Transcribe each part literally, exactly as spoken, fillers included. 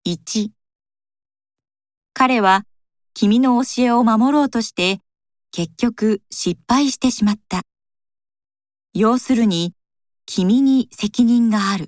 いち、彼は君の教えを守ろうとして結局失敗してしまった。要するに、君に責任がある。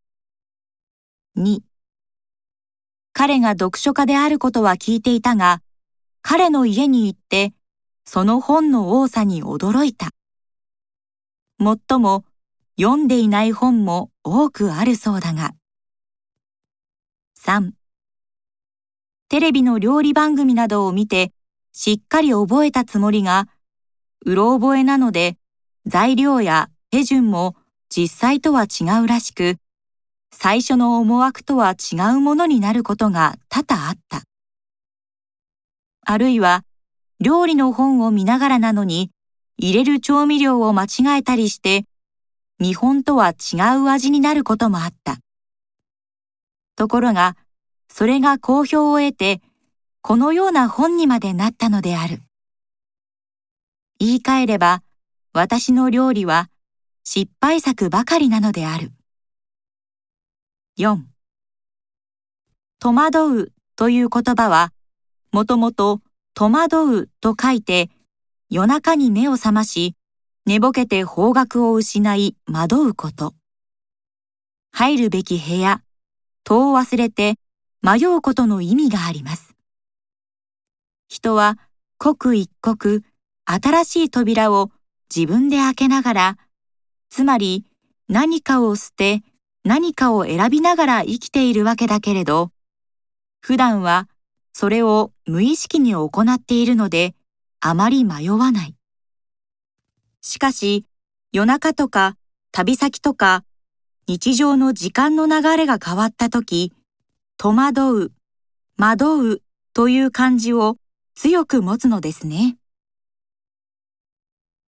に、彼が読書家であることは聞いていたが、彼の家に行って、その本の多さに驚いた。もっとも、読んでいない本も多くあるそうだが。さん、テレビの料理番組などを見て、しっかり覚えたつもりが、うろ覚えなので、材料や手順も実際とは違うらしく、最初の思惑とは違うものになることが多々あった。あるいは、料理の本を見ながらなのに、入れる調味料を間違えたりして、見本とは違う味になることもあった。ところが、それが好評を得て、このような本にまでなったのである。言い換えれば、私の料理は失敗作ばかりなのである。よん、戸惑うという言葉は、もともと戸惑うと書いて、夜中に目を覚まし、寝ぼけて方角を失い惑うこと。入るべき部屋、戸を忘れて迷うことの意味があります。人は刻一刻新しい扉を自分で開けながら、つまり何かを捨て何かを選びながら生きているわけだけれど、普段はそれを無意識に行っているので、あまり迷わない。しかし、夜中とか旅先とか日常の時間の流れが変わったとき、戸惑う、惑うという漢字を強く持つのですね。